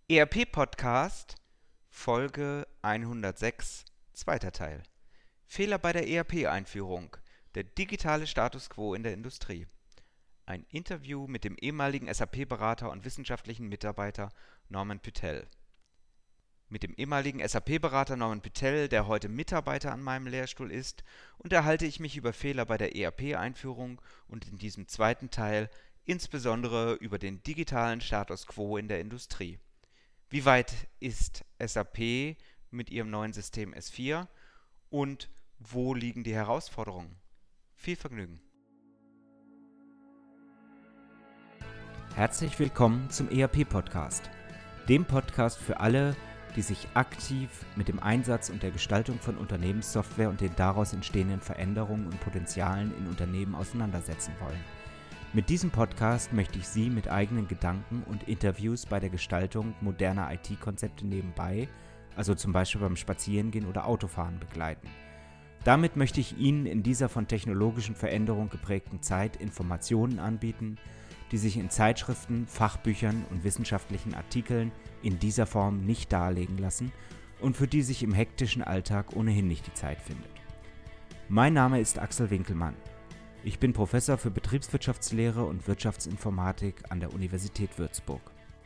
ERP-Podcast, Folge 106, zweiter Teil. Fehler bei der ERP-Einführung, der digitale Status quo in der Industrie. Ein Interview mit dem ehemaligen SAP-Berater und wissenschaftlichen Mitarbeiter Norman Pytel. Mit dem ehemaligen SAP-Berater Norman Pytel, der heute Mitarbeiter an meinem Lehrstuhl ist, unterhalte ich mich über Fehler bei der ERP-Einführung und in diesem zweiten Teil insbesondere über den digitalen Status quo in der Industrie. Wie weit ist SAP mit ihrem neuen System S/4 und wo liegen die Herausforderungen? Viel Vergnügen! Herzlich willkommen zum ERP-Podcast, dem Podcast für alle, die sich aktiv mit dem Einsatz und der Gestaltung von Unternehmenssoftware und den daraus entstehenden Veränderungen und Potenzialen in Unternehmen auseinandersetzen wollen. Mit diesem Podcast möchte ich Sie mit eigenen Gedanken und Interviews bei der Gestaltung moderner IT-Konzepte nebenbei, also zum Beispiel beim Spazierengehen oder Autofahren, begleiten. Damit möchte ich Ihnen in dieser von technologischen Veränderungen geprägten Zeit Informationen anbieten, die sich in Zeitschriften, Fachbüchern und wissenschaftlichen Artikeln in dieser Form nicht darlegen lassen und für die sich im hektischen Alltag ohnehin nicht die Zeit findet. Mein Name ist Axel Winkelmann. Ich bin Professor für Betriebswirtschaftslehre und Wirtschaftsinformatik an der Universität Würzburg.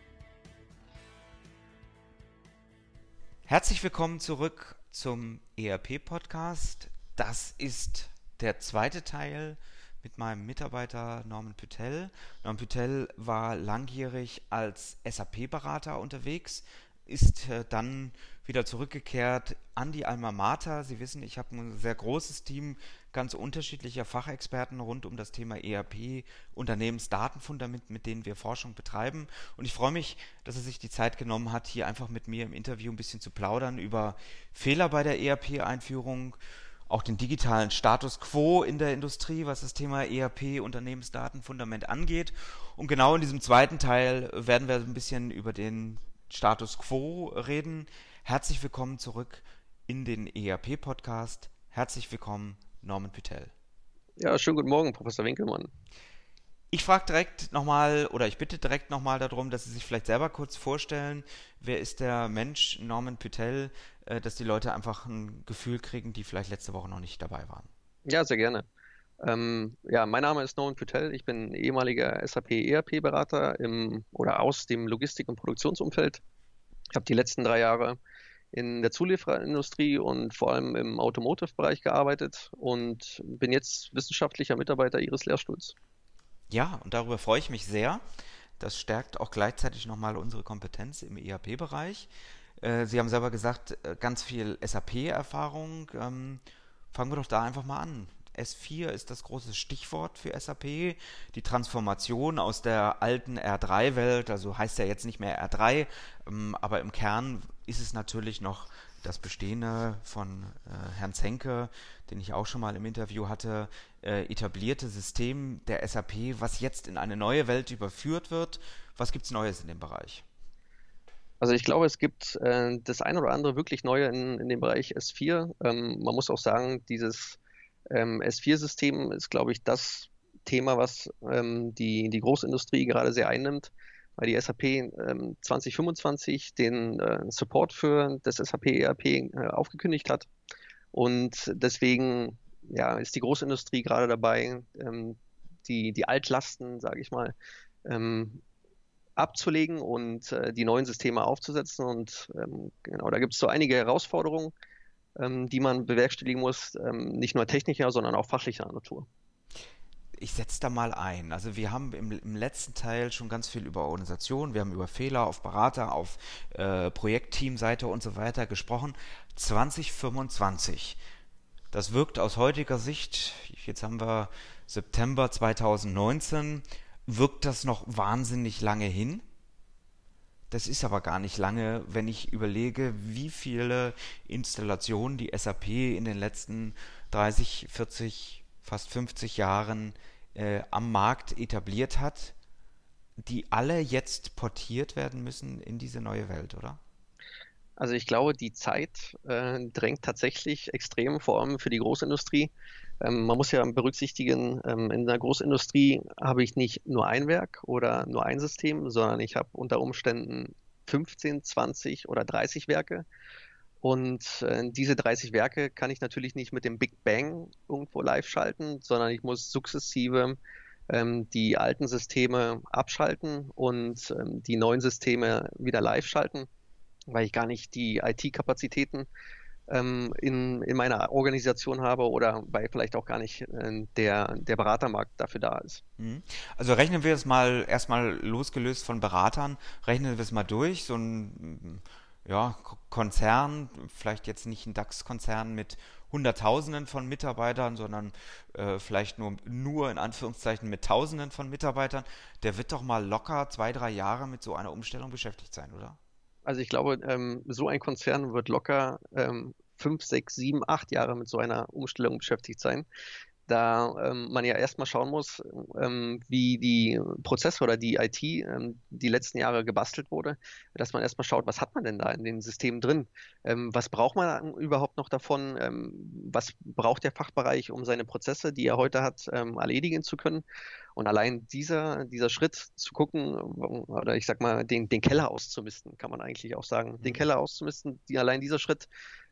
Herzlich willkommen zurück zum ERP-Podcast. Das ist der zweite Teil mit meinem Mitarbeiter Norman Pytel. Norman Pytel war langjährig als SAP-Berater unterwegs, ist dann wieder zurückgekehrt an die Alma Mater. Sie wissen, ich habe ein sehr großes Team ganz unterschiedlicher Fachexperten rund um das Thema ERP, Unternehmensdatenfundament, mit denen wir Forschung betreiben. Und ich freue mich, dass er sich die Zeit genommen hat, hier einfach mit mir im Interview ein bisschen zu plaudern über Fehler bei der ERP-Einführung, auch den digitalen Status quo in der Industrie, was das Thema ERP, Unternehmensdatenfundament angeht. Und genau in diesem zweiten Teil werden wir ein bisschen über den Status quo reden. Herzlich willkommen zurück in den ERP-Podcast. Herzlich willkommen, Norman Pytel. Ja, schönen guten Morgen, Professor Winkelmann. Ich frage direkt nochmal, oder ich bitte direkt nochmal darum, dass Sie sich vielleicht selber kurz vorstellen. Wer ist der Mensch Norman Pytel, dass die Leute einfach ein Gefühl kriegen, die vielleicht letzte Woche noch nicht dabei waren? Ja, sehr gerne. Mein Name ist Norman Pytel. Ich bin ehemaliger SAP-ERP-Berater aus dem Logistik- und Produktionsumfeld. Ich habe die letzten 3 Jahre in der Zuliefererindustrie und vor allem im Automotive-Bereich gearbeitet und bin jetzt wissenschaftlicher Mitarbeiter Ihres Lehrstuhls. Ja, und darüber freue ich mich sehr. Das stärkt auch gleichzeitig nochmal unsere Kompetenz im ERP-Bereich. Sie haben selber gesagt, ganz viel SAP-Erfahrung. Fangen wir doch da einfach mal an. S/4 ist das große Stichwort für SAP. Die Transformation aus der alten R3-Welt, also heißt ja jetzt nicht mehr R3, aber im Kern ist es natürlich noch das Bestehende von Herrn Zenke, den ich auch schon mal im Interview hatte, etablierte System der SAP, was jetzt in eine neue Welt überführt wird. Was gibt es Neues in dem Bereich? Also ich glaube, es gibt das ein oder andere wirklich Neue in dem Bereich S4. Man muss auch sagen, dieses S4-System ist, glaube ich, das Thema, was die Großindustrie gerade sehr einnimmt, weil die SAP 2025 den Support für das SAP ERP aufgekündigt hat. Und deswegen ist die Großindustrie gerade dabei, die Altlasten, sage ich mal, abzulegen und die neuen Systeme aufzusetzen. Und genau, da gibt es so einige Herausforderungen, die man bewerkstelligen muss, nicht nur technischer, sondern auch fachlicher Natur. Ich setze da mal ein. Also wir haben im letzten Teil schon ganz viel über Organisation, wir haben über Fehler auf Berater, auf Projektteamseite und so weiter gesprochen. 2025. Das wirkt aus heutiger Sicht, jetzt haben wir September 2019, wirkt das noch wahnsinnig lange hin. Das ist aber gar nicht lange, wenn ich überlege, wie viele Installationen die SAP in den letzten 30, 40, fast 50 Jahren am Markt etabliert hat, die alle jetzt portiert werden müssen in diese neue Welt, oder? Also ich glaube, die Zeit drängt tatsächlich extrem, vor allem für die Großindustrie. Man muss ja berücksichtigen, in der Großindustrie habe ich nicht nur ein Werk oder nur ein System, sondern ich habe unter Umständen 15, 20 oder 30 Werke. Und diese 30 Werke kann ich natürlich nicht mit dem Big Bang irgendwo live schalten, sondern ich muss sukzessive die alten Systeme abschalten und die neuen Systeme wieder live schalten, weil ich gar nicht die IT-Kapazitäten in meiner Organisation habe oder weil vielleicht auch gar nicht der Beratermarkt dafür da ist. Mhm. Also rechnen wir es mal erstmal losgelöst von Beratern, rechnen wir es mal durch. So ein ja, Konzern, vielleicht jetzt nicht ein DAX-Konzern mit Hunderttausenden von Mitarbeitern, sondern vielleicht nur in Anführungszeichen mit Tausenden von Mitarbeitern, der wird doch mal locker 2, 3 Jahre mit so einer Umstellung beschäftigt sein, oder? Also ich glaube, so ein Konzern wird locker 5, 6, 7, 8 Jahre mit so einer Umstellung beschäftigt sein, da man ja erstmal schauen muss, wie die Prozesse oder die IT die letzten Jahre gebastelt wurde, dass man erstmal schaut, was hat man denn da in den Systemen drin? Was braucht man überhaupt noch davon? Was braucht der Fachbereich, um seine Prozesse, die er heute hat, erledigen zu können? Und allein dieser Schritt zu gucken, oder ich sag mal, den Keller auszumisten, kann man eigentlich auch sagen, den Mhm. Keller auszumisten, allein dieser Schritt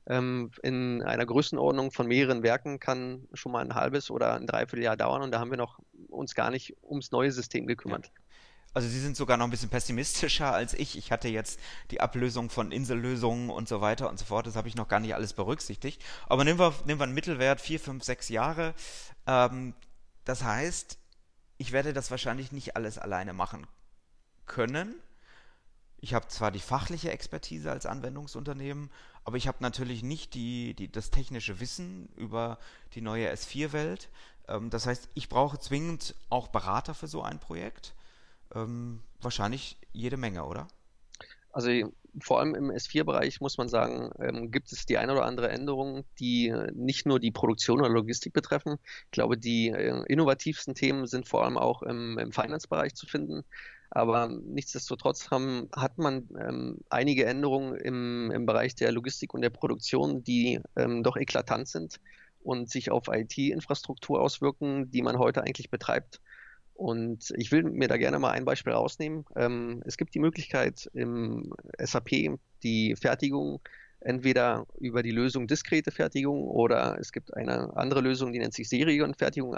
in einer Größenordnung von mehreren Werken kann schon mal ein halbes oder ein Dreivierteljahr dauern und da haben wir noch uns gar nicht ums neue System Ja. gekümmert. Also Sie sind sogar noch ein bisschen pessimistischer als ich. Ich hatte jetzt die Ablösung von Insellösungen und so weiter und so fort. Das habe ich noch gar nicht alles berücksichtigt. Aber nehmen wir einen Mittelwert, 4, 5, 6 Jahre. Ähm, Das heißt, ich werde das wahrscheinlich nicht alles alleine machen können. Ich habe zwar die fachliche Expertise als Anwendungsunternehmen, aber ich habe natürlich nicht das technische Wissen über die neue S4-Welt. Das heißt, ich brauche zwingend auch Berater für so ein Projekt. Wahrscheinlich jede Menge, oder? Also vor allem im S4-Bereich muss man sagen, gibt es die eine oder andere Änderung, die nicht nur die Produktion oder Logistik betreffen. Ich glaube, die innovativsten Themen sind vor allem auch im Finance-Bereich zu finden. Aber nichtsdestotrotz hat man einige Änderungen im Bereich der Logistik und der Produktion, die doch eklatant sind und sich auf IT-Infrastruktur auswirken, die man heute eigentlich betreibt. Und ich will mir da gerne mal ein Beispiel rausnehmen. Es gibt die Möglichkeit im SAP die Fertigung entweder über die Lösung diskrete Fertigung oder es gibt eine andere Lösung, die nennt sich Serienfertigung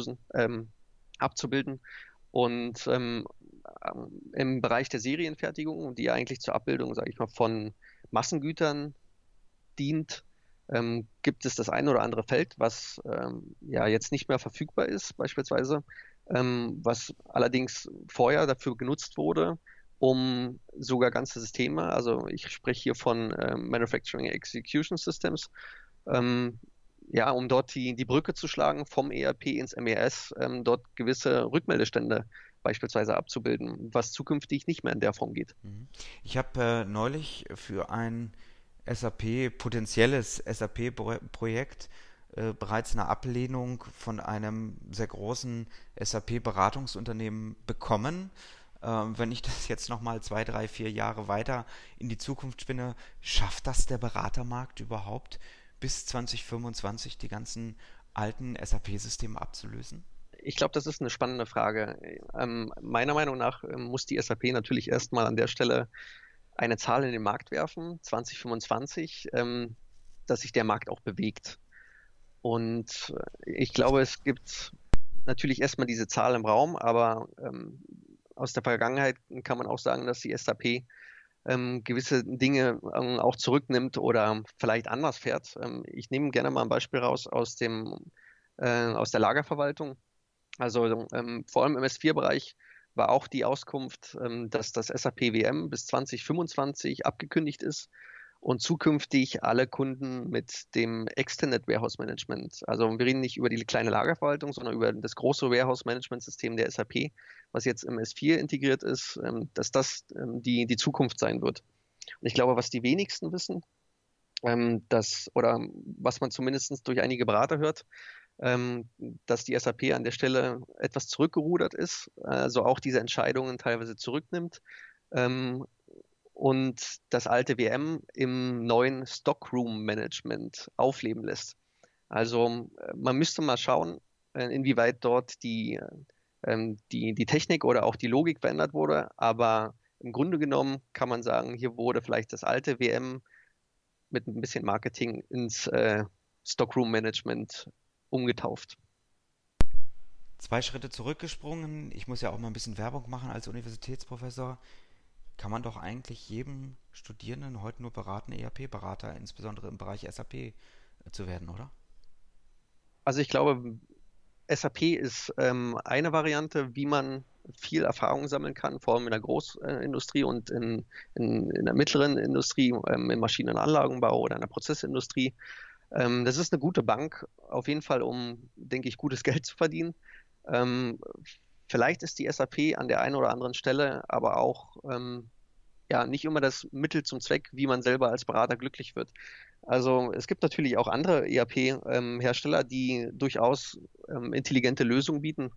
abzubilden. Und im Bereich der Serienfertigung, die eigentlich zur Abbildung, sage ich mal, von Massengütern dient, gibt es das ein oder andere Feld, was ja jetzt nicht mehr verfügbar ist, beispielsweise, was allerdings vorher dafür genutzt wurde, um sogar ganze Systeme, also ich spreche hier von Manufacturing Execution Systems, ähm, ja, um dort die Brücke zu schlagen vom ERP ins MES, dort gewisse Rückmeldestände beispielsweise abzubilden, was zukünftig nicht mehr in der Form geht. Mhm. Ich habe neulich für ein potenzielles SAP-Projekt bereits eine Ablehnung von einem sehr großen SAP-Beratungsunternehmen bekommen. Wenn ich das jetzt nochmal 2, 3, 4 Jahre weiter in die Zukunft spinne, schafft das der Beratermarkt überhaupt bis 2025 die ganzen alten SAP-Systeme abzulösen? Ich glaube, das ist eine spannende Frage. Meiner Meinung nach muss die SAP natürlich erstmal an der Stelle eine Zahl in den Markt werfen, 2025, dass sich der Markt auch bewegt. Und ich glaube, es gibt natürlich erstmal diese Zahl im Raum, aber aus der Vergangenheit kann man auch sagen, dass die SAP gewisse Dinge auch zurücknimmt oder vielleicht anders fährt. Ich nehme gerne mal ein Beispiel raus aus der Lagerverwaltung. Also vor allem im S4-Bereich war auch die Auskunft, dass das SAP WM bis 2025 abgekündigt ist und zukünftig alle Kunden mit dem Extended Warehouse Management, also wir reden nicht über die kleine Lagerverwaltung, sondern über das große Warehouse Management System der SAP, was jetzt im S4 integriert ist, dass das die Zukunft sein wird. Und ich glaube, was die wenigsten wissen, oder was man zumindest durch einige Berater hört, ähm, dass die SAP an der Stelle etwas zurückgerudert ist, also auch diese Entscheidungen teilweise zurücknimmt ähm, und das alte WM im neuen Stockroom Management aufleben lässt. Also man müsste mal schauen, inwieweit dort die Technik oder auch die Logik verändert wurde, aber im Grunde genommen kann man sagen, hier wurde vielleicht das alte WM mit ein bisschen Marketing ins Stockroom-Management umgetauft. 2 Schritte zurückgesprungen. Ich muss ja auch mal ein bisschen Werbung machen als Universitätsprofessor. Kann man doch eigentlich jedem Studierenden heute nur beraten, ERP-Berater, insbesondere im Bereich SAP, zu werden, oder? Also ich glaube, SAP ist eine Variante, wie man viel Erfahrung sammeln kann, vor allem in der Großindustrie und in der mittleren Industrie, im Maschinen- und Anlagenbau oder in der Prozessindustrie. Das ist eine gute Bank, auf jeden Fall, um, denke ich, gutes Geld zu verdienen. Ähm, Vielleicht ist die SAP an der einen oder anderen Stelle aber auch ja, nicht immer das Mittel zum Zweck, wie man selber als Berater glücklich wird. Also es gibt natürlich auch andere ERP-Hersteller, die durchaus intelligente Lösungen bieten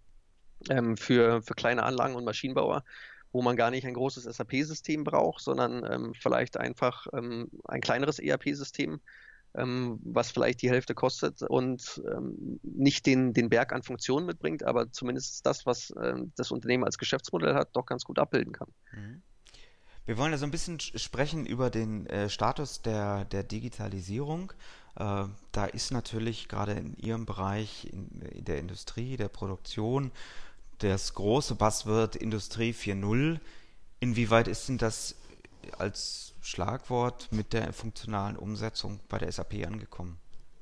für kleine Anlagen und Maschinenbauer, wo man gar nicht ein großes SAP-System braucht, sondern vielleicht einfach ein kleineres ERP-System, was vielleicht die Hälfte kostet und nicht den Berg an Funktionen mitbringt, aber zumindest das, was das Unternehmen als Geschäftsmodell hat, doch ganz gut abbilden kann. Mhm. Wir wollen ja so ein bisschen sprechen über den Status der Digitalisierung. Da ist natürlich gerade in Ihrem Bereich, in der Industrie, der Produktion, das große Buzzword Industrie 4.0. Inwieweit ist denn das als Schlagwort mit der funktionalen Umsetzung bei der SAP angekommen?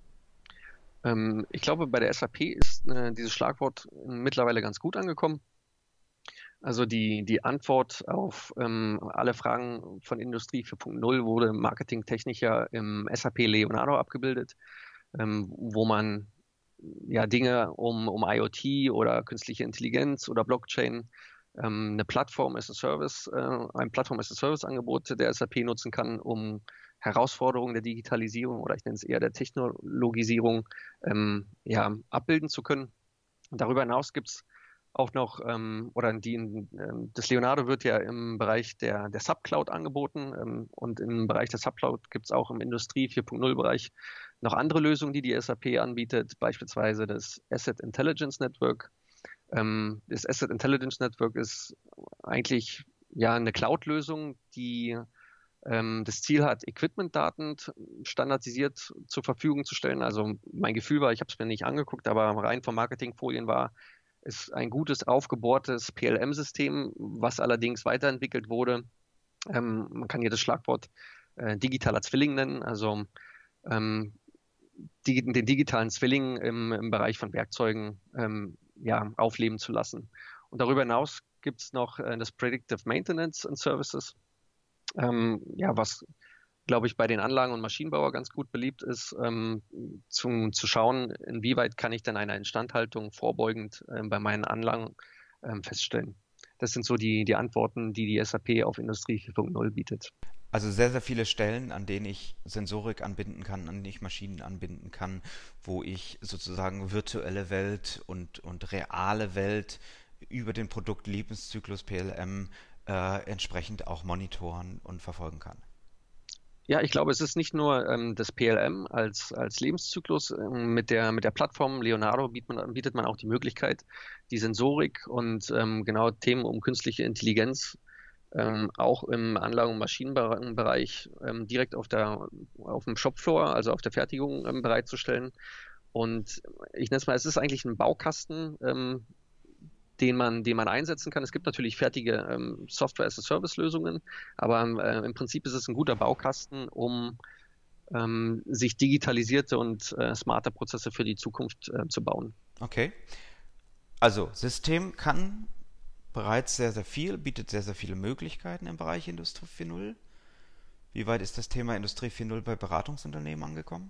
Ich glaube, bei der SAP ist dieses Schlagwort mittlerweile ganz gut angekommen. Also die Antwort auf alle Fragen von Industrie 4.0 wurde marketingtechnisch ja im SAP Leonardo abgebildet, wo man ja Dinge um IoT oder künstliche Intelligenz oder Blockchain eine Plattform as a Service, ein Plattform as a Service Angebot der SAP nutzen kann, um Herausforderungen der Digitalisierung oder ich nenne es eher der Technologisierung ja, abbilden zu können. Darüber hinaus gibt es auch noch, das Leonardo wird ja im Bereich der Subcloud angeboten und im Bereich der Subcloud gibt es auch im Industrie 4.0 Bereich noch andere Lösungen, die die SAP anbietet, beispielsweise das Asset Intelligence Network. Das Asset Intelligence Network ist eigentlich ja eine Cloud-Lösung, die das Ziel hat, Equipment-Daten standardisiert zur Verfügung zu stellen. Also mein Gefühl war, ich habe es mir nicht angeguckt, aber rein von Marketingfolien war, ist ein gutes aufgebohrtes PLM-System, was allerdings weiterentwickelt wurde. Man kann hier das Schlagwort digitaler Zwilling nennen, also ähm, den digitalen Zwilling im Bereich von Werkzeugen ja, aufleben zu lassen. Und darüber hinaus gibt es noch das Predictive Maintenance and Services, ja, was glaube ich, bei den Anlagen- und Maschinenbauer ganz gut beliebt ist, zu schauen, inwieweit kann ich denn eine Instandhaltung vorbeugend bei meinen Anlagen feststellen. Das sind so die Antworten, die SAP auf Industrie 4.0 bietet. Also sehr, sehr viele Stellen, an denen ich Sensorik anbinden kann, an denen ich Maschinen anbinden kann, wo ich sozusagen virtuelle Welt und reale Welt über den Produktlebenszyklus PLM entsprechend auch monitoren und verfolgen kann. Ja, ich glaube, es ist nicht nur das PLM als Lebenszyklus. Mit der Plattform Leonardo bietet man auch die Möglichkeit, die Sensorik und genau Themen um künstliche Intelligenz auch im Anlagen- und Maschinenbereich direkt auf dem Shopfloor, also auf der Fertigung bereitzustellen. Und ich nenne es mal, es ist eigentlich ein Baukasten, den man einsetzen kann. Es gibt natürlich fertige Software-as-a-Service-Lösungen, aber im Prinzip ist es ein guter Baukasten, um sich digitalisierte und smarte Prozesse für die Zukunft zu bauen. Okay. Also System kann bereits sehr, sehr viel, bietet sehr, sehr viele Möglichkeiten im Bereich Industrie 4.0. Wie weit ist das Thema Industrie 4.0 bei Beratungsunternehmen angekommen?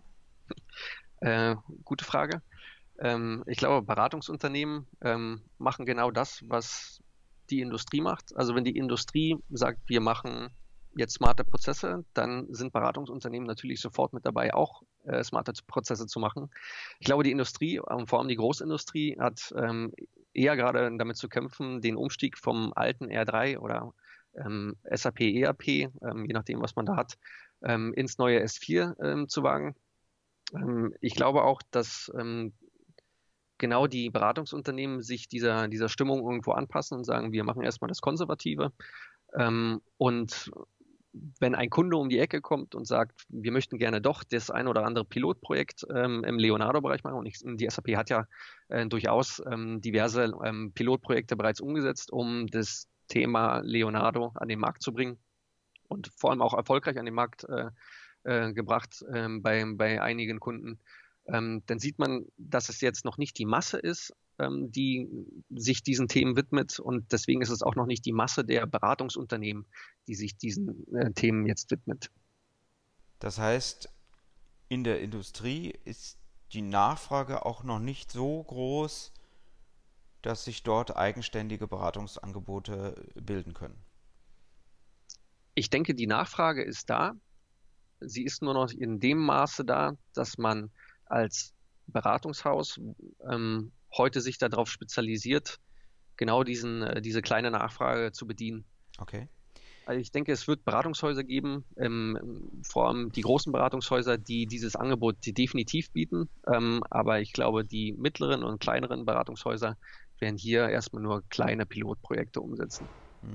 Gute Frage. Ich glaube, Beratungsunternehmen machen genau das, was die Industrie macht. Also wenn die Industrie sagt, wir machen jetzt smarte Prozesse, dann sind Beratungsunternehmen natürlich sofort mit dabei, auch smarte Prozesse zu machen. Ich glaube, die Industrie, vor allem die Großindustrie, hat eher gerade damit zu kämpfen, den Umstieg vom alten R3 oder SAP ERP, je nachdem, was man da hat, ins neue S4 zu wagen. Ich glaube auch, dass genau die Beratungsunternehmen sich dieser Stimmung irgendwo anpassen und sagen, wir machen erstmal das Konservative. Und wenn ein Kunde um die Ecke kommt und sagt, wir möchten gerne doch das ein oder andere Pilotprojekt im Leonardo-Bereich machen, und die SAP hat ja durchaus diverse Pilotprojekte bereits umgesetzt, um das Thema Leonardo an den Markt zu bringen und vor allem auch erfolgreich an den Markt gebracht bei einigen Kunden, dann sieht man, dass es jetzt noch nicht die Masse ist, die sich diesen Themen widmet, und deswegen ist es auch noch nicht die Masse der Beratungsunternehmen, die sich diesen Themen jetzt widmet. Das heißt, in der Industrie ist die Nachfrage auch noch nicht so groß, dass sich dort eigenständige Beratungsangebote bilden können. Ich denke, die Nachfrage ist da. Sie ist nur noch in dem Maße da, dass man als Beratungshaus heute sich darauf spezialisiert, genau diese kleine Nachfrage zu bedienen. Okay. Also ich denke, es wird Beratungshäuser geben, vor allem die großen Beratungshäuser, die dieses Angebot definitiv bieten. Aber ich glaube, die mittleren und kleineren Beratungshäuser werden hier erstmal nur kleine Pilotprojekte umsetzen.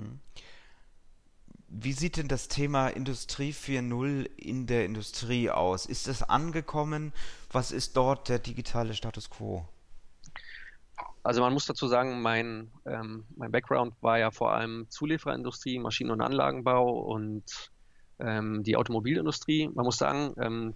Wie sieht denn das Thema Industrie 4.0 in der Industrie aus? Ist es angekommen? Was ist dort der digitale Status quo? Also man muss dazu sagen, mein Background war ja vor allem Zuliefererindustrie, Maschinen- und Anlagenbau und die Automobilindustrie. Man muss sagen,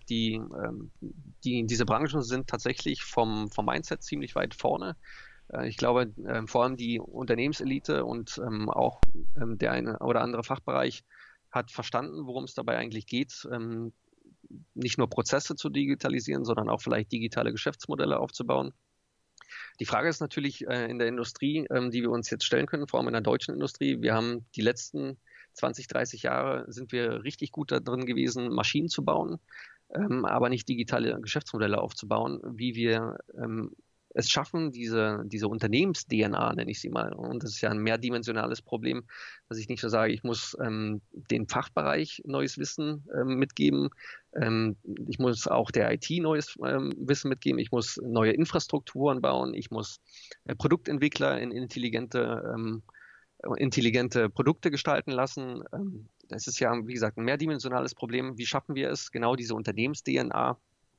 diese Branchen sind tatsächlich vom Mindset ziemlich weit vorne. Ich glaube, vor allem die Unternehmenselite und auch der eine oder andere Fachbereich hat verstanden, worum es dabei eigentlich geht, nicht nur Prozesse zu digitalisieren, sondern auch vielleicht digitale Geschäftsmodelle aufzubauen. Die Frage ist natürlich in der Industrie, die wir uns jetzt stellen können, vor allem in der deutschen Industrie. Wir haben die letzten 20, 30 Jahre sind wir richtig gut da drin gewesen, Maschinen zu bauen, aber nicht digitale Geschäftsmodelle aufzubauen, wie wir es schaffen, diese Unternehmens-DNA, nenne ich sie mal. Und das ist ja ein mehrdimensionales Problem, dass ich nicht so sage, ich muss den Fachbereich neues Wissen mitgeben. Ich muss auch der IT neues Wissen mitgeben. Ich muss neue Infrastrukturen bauen. Ich muss Produktentwickler in intelligente Produkte gestalten lassen. Das ist ja, wie gesagt, ein mehrdimensionales Problem. Wie schaffen wir es, genau diese Unternehmens-DNA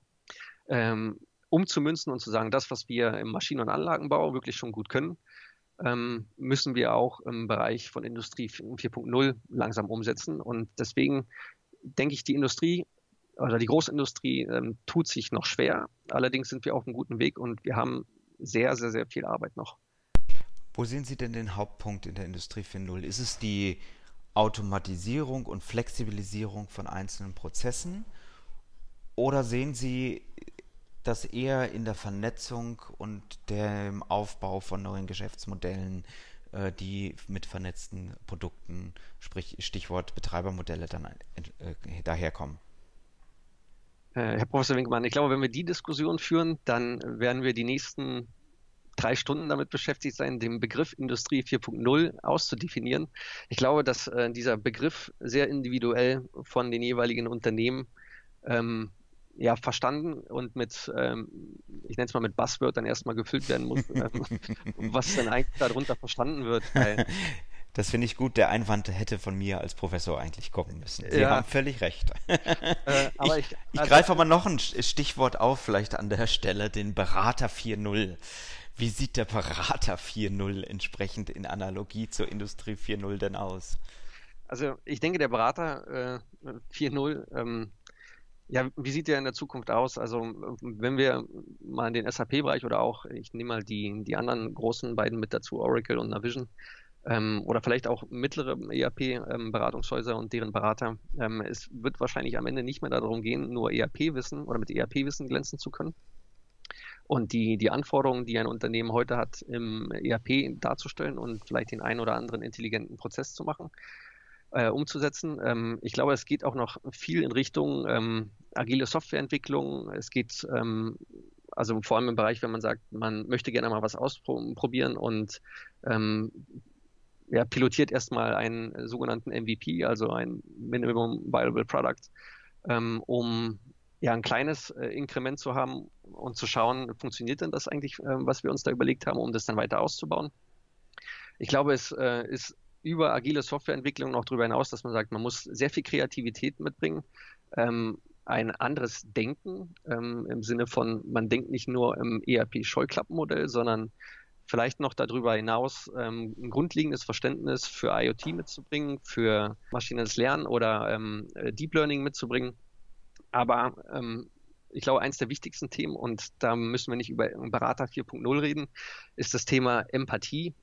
umzumünzen und zu sagen, das, was wir im Maschinen- und Anlagenbau wirklich schon gut können, müssen wir auch im Bereich von Industrie 4.0 langsam umsetzen. Und deswegen denke ich, die Industrie oder die Großindustrie tut sich noch schwer. Allerdings sind wir auf einem guten Weg und wir haben sehr, sehr, sehr viel Arbeit noch. Wo sehen Sie denn den Hauptpunkt in der Industrie 4.0? Ist es die Automatisierung und Flexibilisierung von einzelnen Prozessen? Oder sehen Sie das eher in der Vernetzung und dem Aufbau von neuen Geschäftsmodellen, die mit vernetzten Produkten, sprich Stichwort Betreibermodelle, dann daherkommen? Herr Professor Winkelmann, ich glaube, wenn wir die Diskussion führen, dann werden wir die nächsten 3 Stunden damit beschäftigt sein, den Begriff Industrie 4.0 auszudefinieren. Ich glaube, dass dieser Begriff sehr individuell von den jeweiligen Unternehmen verstanden und ich nenne es mal mit Buzzwörtern erstmal gefüllt werden muss, was denn eigentlich darunter verstanden wird. Das finde ich gut. Der Einwand hätte von mir als Professor eigentlich kommen müssen. Sie haben völlig recht. Aber ich greife aber noch ein Stichwort auf, vielleicht an der Stelle, den Berater 4.0. Wie sieht der Berater 4.0 entsprechend in Analogie zur Industrie 4.0 denn aus? Also ich denke, der Berater 4.0, wie sieht der in der Zukunft aus? Also wenn wir mal in den SAP-Bereich oder auch, ich nehme mal die anderen großen beiden mit dazu, Oracle und Navision, oder vielleicht auch mittlere ERP-Beratungshäuser und deren Berater. Es wird wahrscheinlich am Ende nicht mehr darum gehen, nur ERP-Wissen oder mit ERP-Wissen glänzen zu können. Und die Anforderungen, die ein Unternehmen heute hat, im ERP darzustellen und vielleicht den einen oder anderen intelligenten Prozess zu machen, umzusetzen. Ich glaube, es geht auch noch viel in Richtung agile Softwareentwicklung. Es geht also vor allem im Bereich, wenn man sagt, man möchte gerne mal was ausprobieren und pilotiert erstmal einen sogenannten MVP, also ein Minimum Viable Product, um ein kleines Inkrement zu haben und zu schauen, funktioniert denn das eigentlich, was wir uns da überlegt haben, um das dann weiter auszubauen. Ich glaube, es ist über agile Softwareentwicklung noch darüber hinaus, dass man sagt, man muss sehr viel Kreativität mitbringen, ein anderes Denken im Sinne von, man denkt nicht nur im ERP-Scheuklappenmodell, sondern vielleicht noch darüber hinaus ein grundlegendes Verständnis für IoT mitzubringen, für maschinelles Lernen oder Deep Learning mitzubringen. Aber ich glaube, eines der wichtigsten Themen, und da müssen wir nicht über Berater 4.0 reden, ist das Thema Empathie.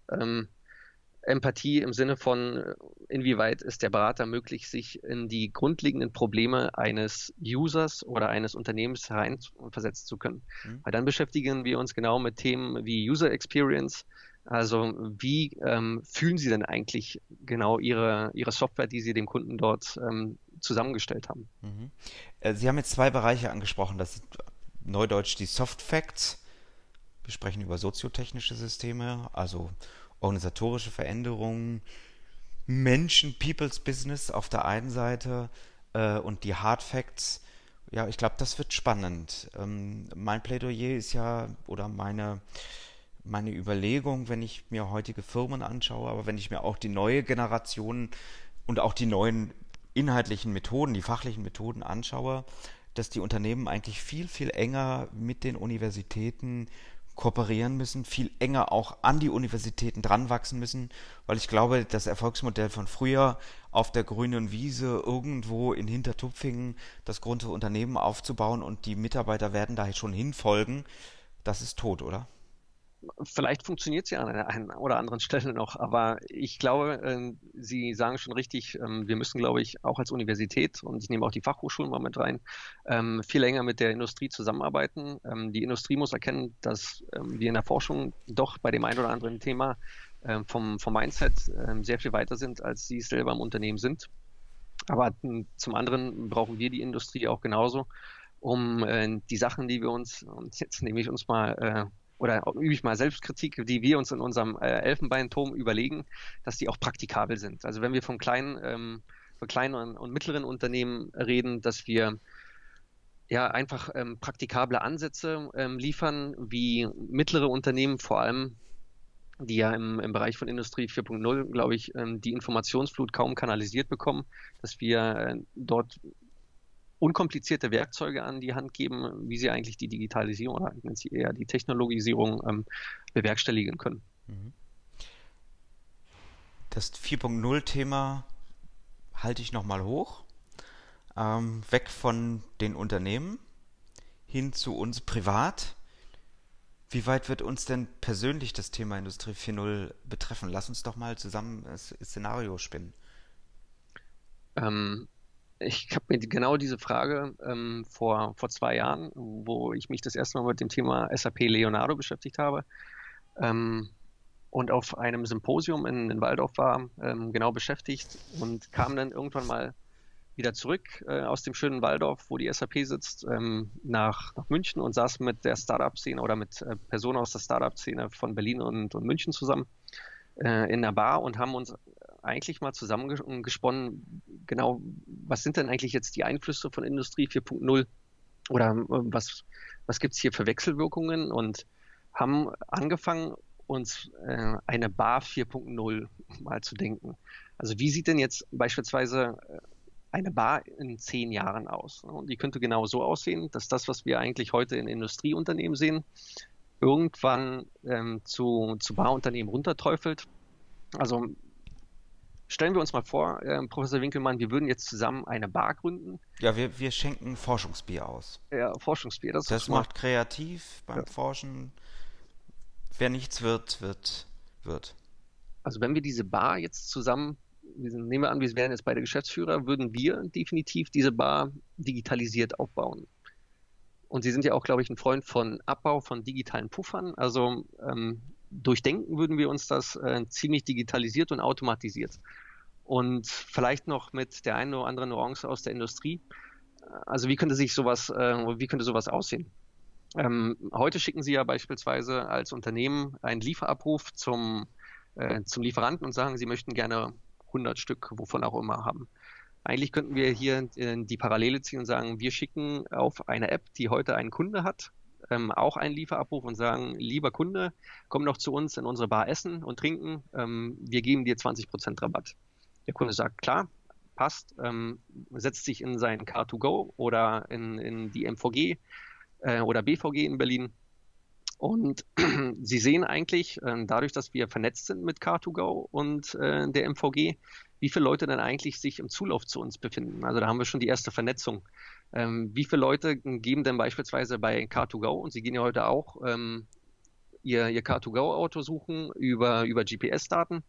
Empathie im Sinne von, inwieweit ist der Berater möglich, sich in die grundlegenden Probleme eines Users oder eines Unternehmens hereinversetzen zu können. Weil dann beschäftigen wir uns genau mit Themen wie User Experience. Also wie fühlen Sie denn eigentlich genau Ihre Software, die Sie dem Kunden dort zusammengestellt haben? Sie haben jetzt zwei Bereiche angesprochen. Das sind neudeutsch die Soft Facts. Wir sprechen über soziotechnische Systeme, also organisatorische Veränderungen, Menschen, People's Business auf der einen Seite und die Hard Facts. Ja, ich glaube, das wird spannend. Mein Plädoyer ist ja, oder meine Überlegung, wenn ich mir heutige Firmen anschaue, aber wenn ich mir auch die neue Generation und auch die neuen inhaltlichen Methoden, die fachlichen Methoden anschaue, dass die Unternehmen eigentlich viel, viel enger mit den Universitäten kooperieren müssen, viel enger auch an die Universitäten dran wachsen müssen, weil ich glaube, das Erfolgsmodell von früher auf der grünen Wiese irgendwo in Hintertupfingen das große Unternehmen aufzubauen und die Mitarbeiter werden da schon hinfolgen, das ist tot, oder? Vielleicht funktioniert es ja an einer einen oder anderen Stelle noch, aber ich glaube, Sie sagen schon richtig, wir müssen, glaube ich, auch als Universität, und ich nehme auch die Fachhochschulen mal mit rein, viel länger mit der Industrie zusammenarbeiten. Die Industrie muss erkennen, dass wir in der Forschung doch bei dem einen oder anderen Thema vom Mindset sehr viel weiter sind, als Sie es selber im Unternehmen sind. Aber zum anderen brauchen wir die Industrie auch genauso, um die Sachen, die wir uns, und jetzt nehme ich uns mal oder übe ich mal Selbstkritik, die wir uns in unserem Elfenbeinturm überlegen, dass die auch praktikabel sind. Also wenn wir von kleinen und mittleren Unternehmen reden, dass wir ja einfach praktikable Ansätze liefern, wie mittlere Unternehmen vor allem, die ja im Bereich von Industrie 4.0, glaube ich, die Informationsflut kaum kanalisiert bekommen, dass wir dort unkomplizierte Werkzeuge an die Hand geben, wie sie eigentlich die Digitalisierung oder ich nenne sie eher die Technologisierung bewerkstelligen können. Das 4.0-Thema halte ich nochmal hoch, weg von den Unternehmen hin zu uns privat. Wie weit wird uns denn persönlich das Thema Industrie 4.0 betreffen? Lass uns doch mal zusammen das Szenario spinnen. Ich habe mir genau diese Frage vor 2 Jahren, wo ich mich das erste Mal mit dem Thema SAP Leonardo beschäftigt habe und auf einem Symposium in Walldorf war, genau beschäftigt und kam dann irgendwann mal wieder zurück aus dem schönen Walldorf, wo die SAP sitzt, nach München und saß mit der Startup-Szene oder mit Personen aus der Startup-Szene von Berlin und München zusammen in der Bar und haben uns eigentlich mal zusammengesponnen, genau, was sind denn eigentlich jetzt die Einflüsse von Industrie 4.0 oder was gibt es hier für Wechselwirkungen und haben angefangen, uns eine Bar 4.0 mal zu denken. Also wie sieht denn jetzt beispielsweise eine Bar in 10 Jahren aus? Und die könnte genau so aussehen, dass das, was wir eigentlich heute in Industrieunternehmen sehen, irgendwann zu Barunternehmen runterträufelt. Also stellen wir uns mal vor, Professor Winkelmann, wir würden jetzt zusammen eine Bar gründen. Ja, wir schenken Forschungsbier aus. Ja, Forschungsbier, das Das ist mal. macht kreativ beim Forschen. Wer nichts wird. Also wenn wir diese Bar jetzt zusammen, nehmen wir an, wir wären jetzt beide Geschäftsführer, würden wir definitiv diese Bar digitalisiert aufbauen. Und Sie sind ja auch, glaube ich, ein Freund von Abbau von digitalen Puffern. Also durchdenken würden wir uns das ziemlich digitalisiert und automatisiert. Und vielleicht noch mit der einen oder anderen Nuance aus der Industrie. Also wie könnte sowas aussehen? Heute schicken Sie ja beispielsweise als Unternehmen einen Lieferabruf zum Lieferanten und sagen, Sie möchten gerne 100 Stück, wovon auch immer haben. Eigentlich könnten wir hier die Parallele ziehen und sagen, wir schicken auf eine App, die heute einen Kunde hat, auch einen Lieferabruf und sagen, lieber Kunde, komm doch zu uns in unsere Bar essen und trinken, wir geben dir 20% Rabatt. Der Kunde sagt, klar, passt, setzt sich in sein Car2Go oder in die MVG oder BVG in Berlin. Und Sie sehen eigentlich, dadurch, dass wir vernetzt sind mit Car2Go und der MVG, wie viele Leute dann eigentlich sich im Zulauf zu uns befinden. Also da haben wir schon die erste Vernetzung. Wie viele Leute geben denn beispielsweise bei Car2Go, und Sie gehen ja heute auch, ihr Car2Go-Auto suchen über GPS-Daten,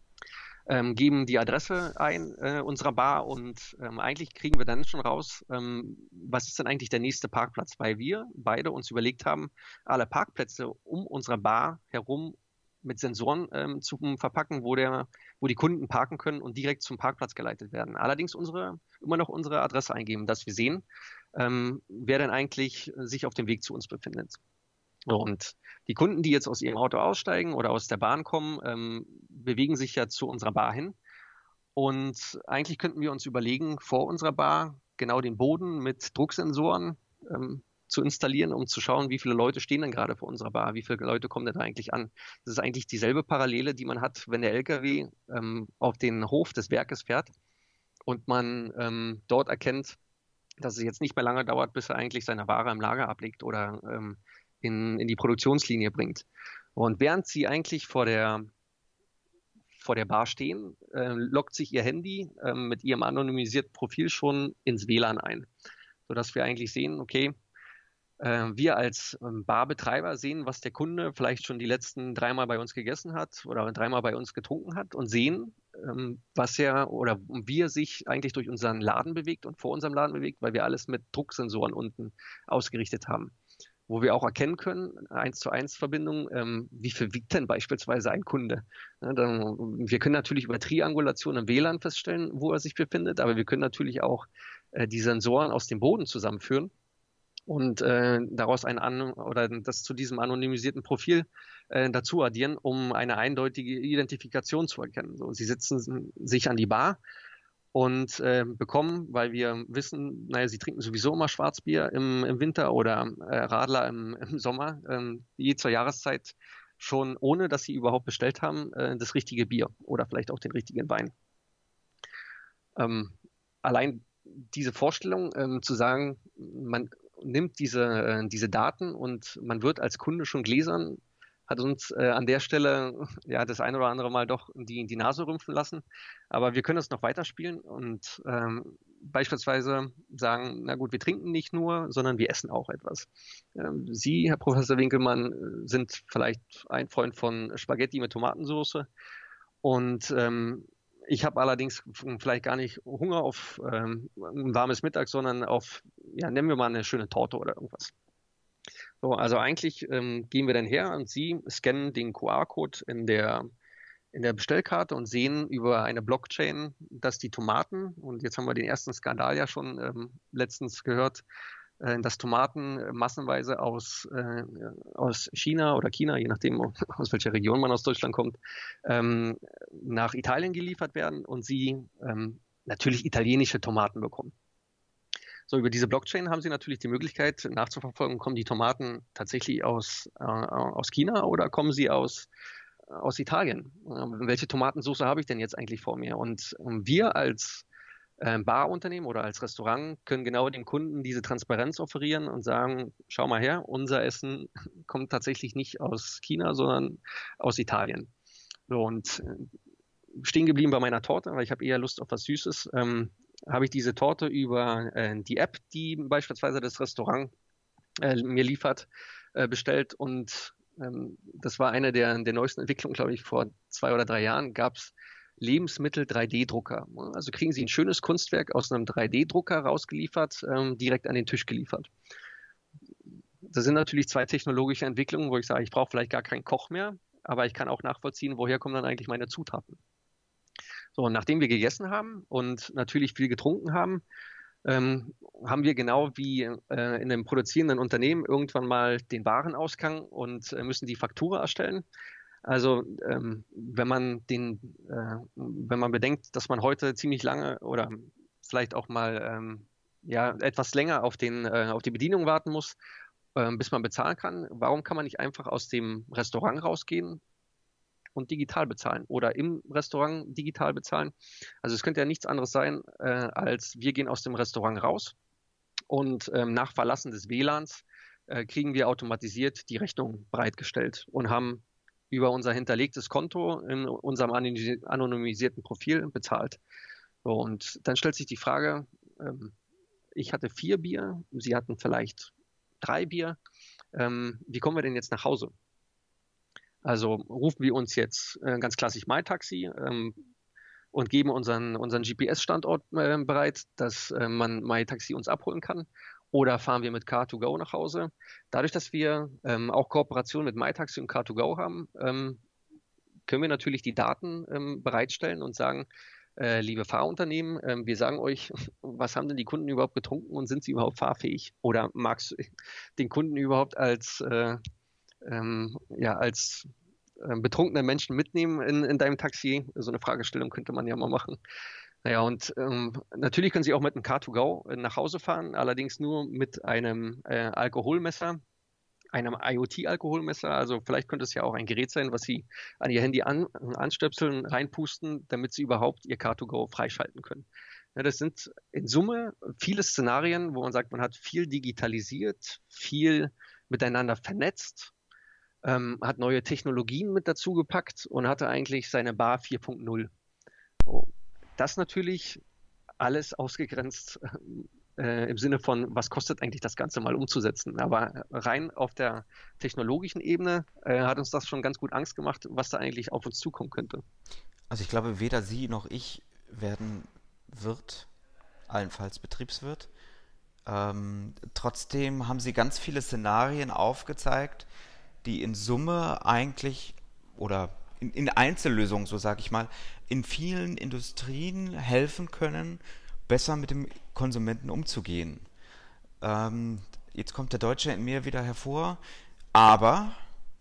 geben die Adresse ein unserer Bar und eigentlich kriegen wir dann schon raus, was ist denn eigentlich der nächste Parkplatz, weil wir beide uns überlegt haben, alle Parkplätze um unsere Bar herum mit Sensoren zu verpacken, wo die Kunden parken können und direkt zum Parkplatz geleitet werden. Allerdings immer noch unsere Adresse eingeben, dass wir sehen, wer denn eigentlich sich auf dem Weg zu uns befindet. Und die Kunden, die jetzt aus ihrem Auto aussteigen oder aus der Bahn kommen, bewegen sich ja zu unserer Bar hin. Und eigentlich könnten wir uns überlegen, vor unserer Bar genau den Boden mit Drucksensoren zu installieren, um zu schauen, wie viele Leute stehen denn gerade vor unserer Bar, wie viele Leute kommen denn da eigentlich an. Das ist eigentlich dieselbe Parallele, die man hat, wenn der LKW auf den Hof des Werkes fährt und man dort erkennt, dass es jetzt nicht mehr lange dauert, bis er eigentlich seine Ware im Lager ablegt oder in die Produktionslinie bringt. Und während sie eigentlich vor der Bar stehen, loggt sich ihr Handy mit ihrem anonymisierten Profil schon ins WLAN ein, sodass wir eigentlich sehen, okay, wir als Barbetreiber sehen, was der Kunde vielleicht schon die letzten 3-mal bei uns gegessen hat oder 3-mal bei uns getrunken hat und sehen, was er oder wie er sich eigentlich durch unseren Laden bewegt und vor unserem Laden bewegt, weil wir alles mit Drucksensoren unten ausgerichtet haben. Wo wir auch erkennen können, 1:1 Verbindung, wie viel wiegt denn beispielsweise ein Kunde? Ja, wir können natürlich über Triangulation im WLAN feststellen, wo er sich befindet, aber wir können natürlich auch die Sensoren aus dem Boden zusammenführen und daraus das zu diesem anonymisierten Profil dazu addieren, um eine eindeutige Identifikation zu erkennen. So, sie setzen sich an die Bar und bekommen, weil wir wissen, naja, sie trinken sowieso immer Schwarzbier im Winter oder Radler im Sommer, je zur Jahreszeit schon, ohne dass sie überhaupt bestellt haben, das richtige Bier oder vielleicht auch den richtigen Wein. Allein diese Vorstellung zu sagen, man nimmt diese Daten und man wird als Kunde schon gläsern, hat uns an der Stelle ja das ein oder andere Mal doch die Nase rümpfen lassen. Aber wir können es noch weiterspielen und beispielsweise sagen, na gut, wir trinken nicht nur, sondern wir essen auch etwas. Sie, Herr Professor Winkelmann, sind vielleicht ein Freund von Spaghetti mit Tomatensauce und ich habe allerdings vielleicht gar nicht Hunger auf ein warmes Mittag, sondern auf, ja, nennen wir mal eine schöne Torte oder irgendwas. So, also eigentlich gehen wir dann her und Sie scannen den QR-Code in der Bestellkarte und sehen über eine Blockchain, dass die Tomaten, und jetzt haben wir den ersten Skandal ja schon letztens gehört, dass Tomaten massenweise aus China oder China, je nachdem aus welcher Region man aus Deutschland kommt, nach Italien geliefert werden und Sie natürlich italienische Tomaten bekommen. So, über diese Blockchain haben Sie natürlich die Möglichkeit nachzuverfolgen, kommen die Tomaten tatsächlich aus China oder kommen sie aus Italien? Welche Tomatensauce habe ich denn jetzt eigentlich vor mir? Und wir als Barunternehmen oder als Restaurant können genau dem Kunden diese Transparenz offerieren und sagen, schau mal her, unser Essen kommt tatsächlich nicht aus China, sondern aus Italien. So, und stehen geblieben bei meiner Torte, weil ich habe eher Lust auf was Süßes, habe ich diese Torte über die App, die beispielsweise das Restaurant mir liefert, bestellt. Und das war eine der neuesten Entwicklungen, glaube ich, vor 2 oder 3 Jahren gab es Lebensmittel-3D-Drucker. Also kriegen Sie ein schönes Kunstwerk aus einem 3D-Drucker rausgeliefert, direkt an den Tisch geliefert. Das sind natürlich 2 technologische Entwicklungen, wo ich sage, ich brauche vielleicht gar keinen Koch mehr, aber ich kann auch nachvollziehen, woher kommen dann eigentlich meine Zutaten. So, und nachdem wir gegessen haben und natürlich viel getrunken haben, haben wir genau wie in einem produzierenden Unternehmen irgendwann mal den Warenausgang und müssen die Faktura erstellen. Also wenn man bedenkt, dass man heute ziemlich lange oder vielleicht auch mal etwas länger auf die Bedienung warten muss bis man bezahlen kann. Warum kann man nicht einfach aus dem Restaurant rausgehen und digital bezahlen oder im Restaurant digital bezahlen? Also es könnte ja nichts anderes sein, als wir gehen aus dem Restaurant raus und nach Verlassen des WLANs kriegen wir automatisiert die Rechnung bereitgestellt und haben über unser hinterlegtes Konto in unserem anonymisierten Profil bezahlt. So, und dann stellt sich die Frage, ich hatte 4 Bier, Sie hatten vielleicht 3 Bier. Wie kommen wir denn jetzt nach Hause? Also rufen wir uns jetzt ganz klassisch MyTaxi und geben unseren GPS-Standort bereit, dass man MyTaxi uns abholen kann. Oder fahren wir mit Car2Go nach Hause? Dadurch, dass wir auch Kooperation mit MyTaxi und Car2Go haben, können wir natürlich die Daten bereitstellen und sagen, liebe Fahrunternehmen, wir sagen euch, was haben denn die Kunden überhaupt getrunken und sind sie überhaupt fahrfähig? Oder magst du den Kunden überhaupt als betrunkene Menschen mitnehmen in deinem Taxi? So eine Fragestellung könnte man ja mal machen. Naja, und natürlich können Sie auch mit einem Car2Go nach Hause fahren, allerdings nur mit einem Alkoholmesser, einem IoT-Alkoholmesser. Also vielleicht könnte es ja auch ein Gerät sein, was Sie an Ihr Handy anstöpseln, reinpusten, damit Sie überhaupt Ihr Car2Go freischalten können. Ja, das sind in Summe viele Szenarien, wo man sagt, man hat viel digitalisiert, viel miteinander vernetzt, hat neue Technologien mit dazu gepackt und hatte eigentlich seine Bar 4.0. So. Das natürlich alles ausgegrenzt im Sinne von, was kostet eigentlich das Ganze mal umzusetzen. Aber rein auf der technologischen Ebene hat uns das schon ganz gut Angst gemacht, was da eigentlich auf uns zukommen könnte. Also ich glaube, weder Sie noch ich werden Wirt, allenfalls Betriebswirt. Trotzdem haben Sie ganz viele Szenarien aufgezeigt, die in Summe eigentlich oder in Einzellösungen, so sage ich mal, in vielen Industrien helfen können, besser mit dem Konsumenten umzugehen. Jetzt kommt der Deutsche in mir wieder hervor, aber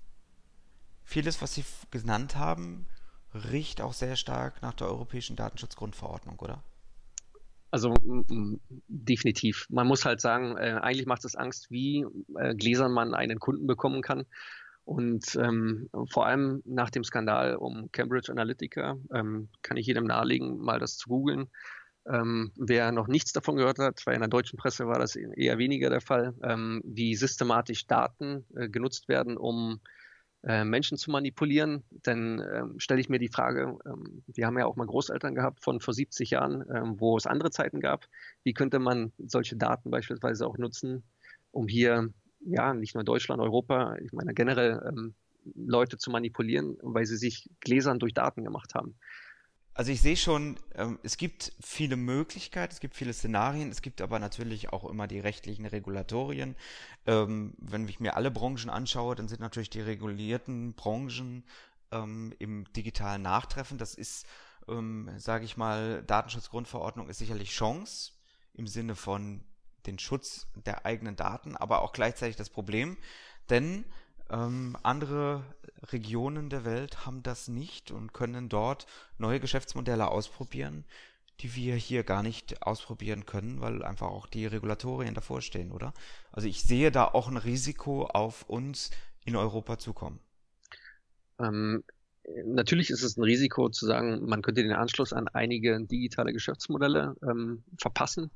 vieles, was Sie genannt haben, riecht auch sehr stark nach der Europäischen Datenschutzgrundverordnung, oder? Also definitiv. Man muss halt sagen, eigentlich macht es Angst, wie gläsern man einen Kunden bekommen kann. Und vor allem nach dem Skandal um Cambridge Analytica kann ich jedem nahelegen, mal das zu googeln. Wer noch nichts davon gehört hat, weil in der deutschen Presse war das eher weniger der Fall, wie systematisch Daten genutzt werden, um Menschen zu manipulieren. Dann stelle ich mir die Frage, wir haben ja auch mal Großeltern gehabt von vor 70 Jahren, wo es andere Zeiten gab. Wie könnte man solche Daten beispielsweise auch nutzen, um hier, ja, nicht nur Deutschland, Europa, ich meine generell Leute zu manipulieren, weil sie sich gläsern durch Daten gemacht haben. Also ich sehe schon, es gibt viele Möglichkeiten, es gibt viele Szenarien, es gibt aber natürlich auch immer die rechtlichen Regulatorien. Wenn ich mir alle Branchen anschaue, dann sind natürlich die regulierten Branchen im digitalen Nachtreffen. Das ist, sage ich mal, Datenschutzgrundverordnung ist sicherlich Chance im Sinne von den Schutz der eigenen Daten, aber auch gleichzeitig das Problem, denn andere Regionen der Welt haben das nicht und können dort neue Geschäftsmodelle ausprobieren, die wir hier gar nicht ausprobieren können, weil einfach auch die Regulatorien davor stehen, oder? Also ich sehe da auch ein Risiko auf uns in Europa zukommen. Ähm, Natürlich ist es ein Risiko zu sagen, man könnte den Anschluss an einige digitale Geschäftsmodelle verpassen.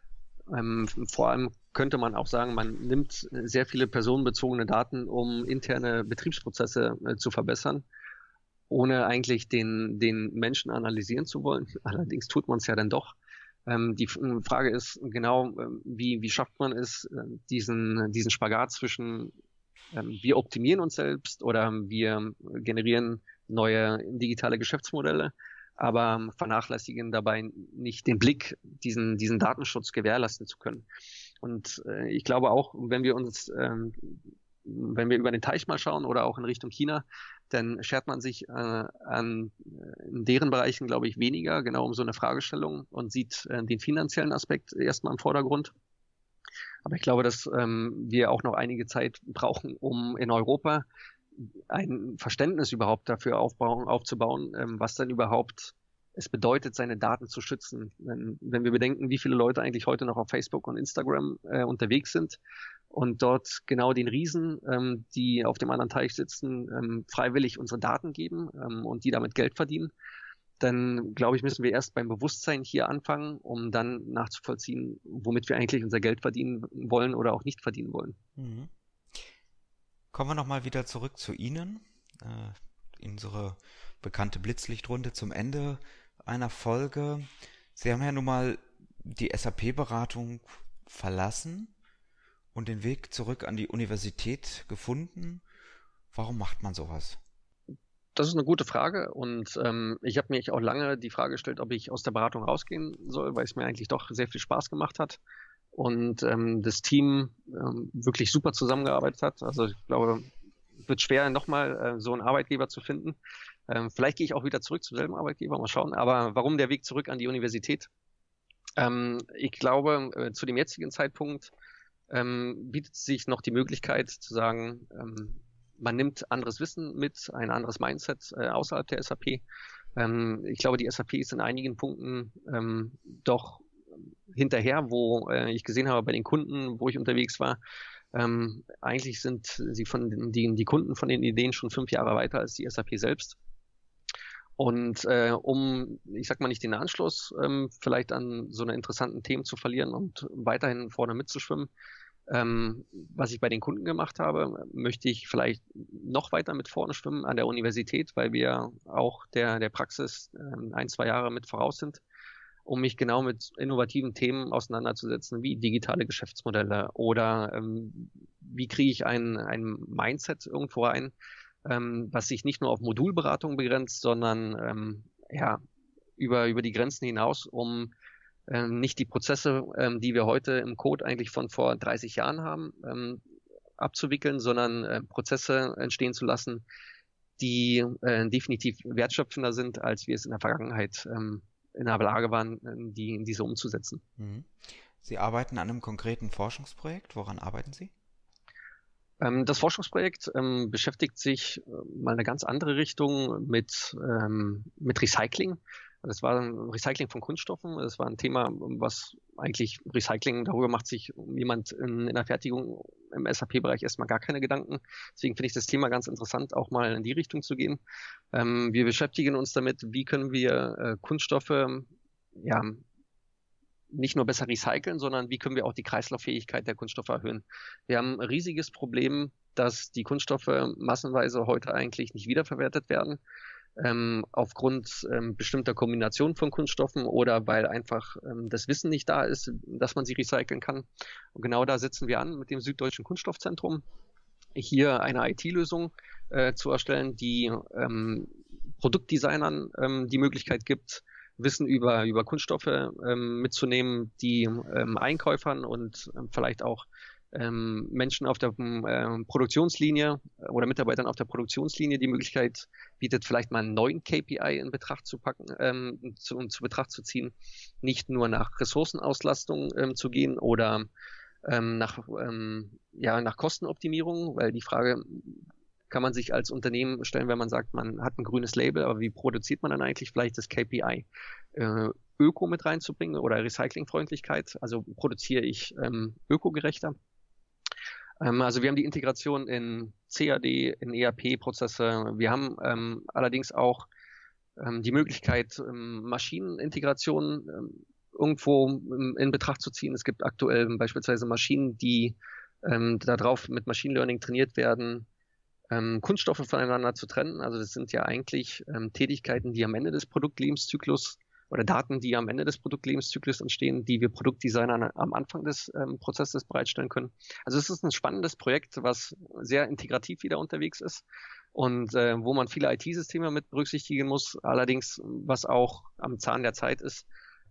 Vor allem könnte man auch sagen, man nimmt sehr viele personenbezogene Daten, um interne Betriebsprozesse zu verbessern, ohne eigentlich den Menschen analysieren zu wollen. Allerdings tut man es ja dann doch. Die Frage ist genau, wie schafft man es, diesen Spagat zwischen wir optimieren uns selbst oder wir generieren neue digitale Geschäftsmodelle, aber vernachlässigen dabei nicht den Blick, diesen Datenschutz gewährleisten zu können. Und ich glaube auch, wenn wir über den Teich mal schauen oder auch in Richtung China, dann schert man sich in deren Bereichen, glaube ich, weniger genau um so eine Fragestellung und sieht den finanziellen Aspekt erstmal im Vordergrund. Aber ich glaube, dass wir auch noch einige Zeit brauchen, um in Europa ein Verständnis überhaupt dafür aufzubauen, was dann überhaupt es bedeutet, seine Daten zu schützen. Wenn wir bedenken, wie viele Leute eigentlich heute noch auf Facebook und Instagram unterwegs sind, und dort genau den Riesen, die auf dem anderen Teich sitzen, freiwillig unsere Daten geben und die damit Geld verdienen, dann glaube ich, müssen wir erst beim Bewusstsein hier anfangen, um dann nachzuvollziehen, womit wir eigentlich unser Geld verdienen wollen oder auch nicht verdienen wollen. Mhm. Kommen wir nochmal wieder zurück zu Ihnen, unsere bekannte Blitzlichtrunde zum Ende einer Folge. Sie haben ja nun mal die SAP-Beratung verlassen und den Weg zurück an die Universität gefunden. Warum macht man sowas? Das ist eine gute Frage und ich habe mich auch lange die Frage gestellt, ob ich aus der Beratung rausgehen soll, weil es mir eigentlich doch sehr viel Spaß gemacht hat und das Team wirklich super zusammengearbeitet hat. Also ich glaube, es wird schwer, nochmal so einen Arbeitgeber zu finden. Vielleicht gehe ich auch wieder zurück zum selben Arbeitgeber, mal schauen. Aber warum der Weg zurück an die Universität? Ich glaube, zu dem jetzigen Zeitpunkt bietet sich noch die Möglichkeit zu sagen, man nimmt anderes Wissen mit, ein anderes Mindset außerhalb der SAP. Ich glaube, die SAP ist in einigen Punkten doch hinterher, wo ich gesehen habe bei den Kunden, wo ich unterwegs war. Eigentlich sind sie die Kunden von den Ideen schon 5 Jahre weiter als die SAP selbst. Und ich sag mal nicht den Anschluss vielleicht an so eine interessanten Themen zu verlieren und weiterhin vorne mitzuschwimmen, was ich bei den Kunden gemacht habe, möchte ich vielleicht noch weiter mit vorne schwimmen an der Universität, weil wir auch der Praxis 1, 2 Jahre mit voraus sind, um mich genau mit innovativen Themen auseinanderzusetzen, wie digitale Geschäftsmodelle oder wie kriege ich ein Mindset irgendwo rein, was sich nicht nur auf Modulberatung begrenzt, sondern über die Grenzen hinaus, um nicht die Prozesse, die wir heute im Code eigentlich von vor 30 Jahren haben, abzuwickeln, sondern Prozesse entstehen zu lassen, die definitiv wertschöpfender sind, als wir es in der Vergangenheit in der Lage waren, diese umzusetzen. Sie arbeiten an einem konkreten Forschungsprojekt. Woran arbeiten Sie? Das Forschungsprojekt beschäftigt sich mal eine ganz andere Richtung mit Recycling. Das war ein Recycling von Kunststoffen. Das war ein Thema, was eigentlich Recycling, darüber macht sich jemand in der Fertigung im SAP-Bereich erstmal gar keine Gedanken. Deswegen finde ich das Thema ganz interessant, auch mal in die Richtung zu gehen. Wir beschäftigen uns damit, wie können wir Kunststoffe nicht nur besser recyceln, sondern wie können wir auch die Kreislauffähigkeit der Kunststoffe erhöhen. Wir haben ein riesiges Problem, dass die Kunststoffe massenweise heute eigentlich nicht wiederverwertet werden, aufgrund bestimmter Kombinationen von Kunststoffen oder weil einfach das Wissen nicht da ist, dass man sie recyceln kann. Und genau da setzen wir an mit dem Süddeutschen Kunststoffzentrum, hier eine IT-Lösung zu erstellen, die Produktdesignern die Möglichkeit gibt, Wissen über Kunststoffe mitzunehmen, die Einkäufern und vielleicht auch Menschen auf der Produktionslinie oder Mitarbeitern auf der Produktionslinie die Möglichkeit bietet, vielleicht mal einen neuen KPI in Betracht zu packen, zu Betracht zu ziehen, nicht nur nach Ressourcenauslastung zu gehen oder nach Kostenoptimierung, weil die Frage kann man sich als Unternehmen stellen, wenn man sagt, man hat ein grünes Label, aber wie produziert man dann eigentlich vielleicht das KPI? Öko mit reinzubringen oder Recyclingfreundlichkeit, also produziere ich ökogerechter. Also wir haben die Integration in CAD, in ERP-Prozesse. Wir haben allerdings auch die Möglichkeit, Maschinenintegration irgendwo in Betracht zu ziehen. Es gibt aktuell beispielsweise Maschinen, die darauf mit Machine Learning trainiert werden, Kunststoffe voneinander zu trennen. Also das sind ja eigentlich Tätigkeiten, die am Ende des Produktlebenszyklus oder Daten, die am Ende des Produktlebenszyklus entstehen, die wir Produktdesignern am Anfang des Prozesses bereitstellen können. Also es ist ein spannendes Projekt, was sehr integrativ wieder unterwegs ist und wo man viele IT-Systeme mit berücksichtigen muss, allerdings was auch am Zahn der Zeit ist,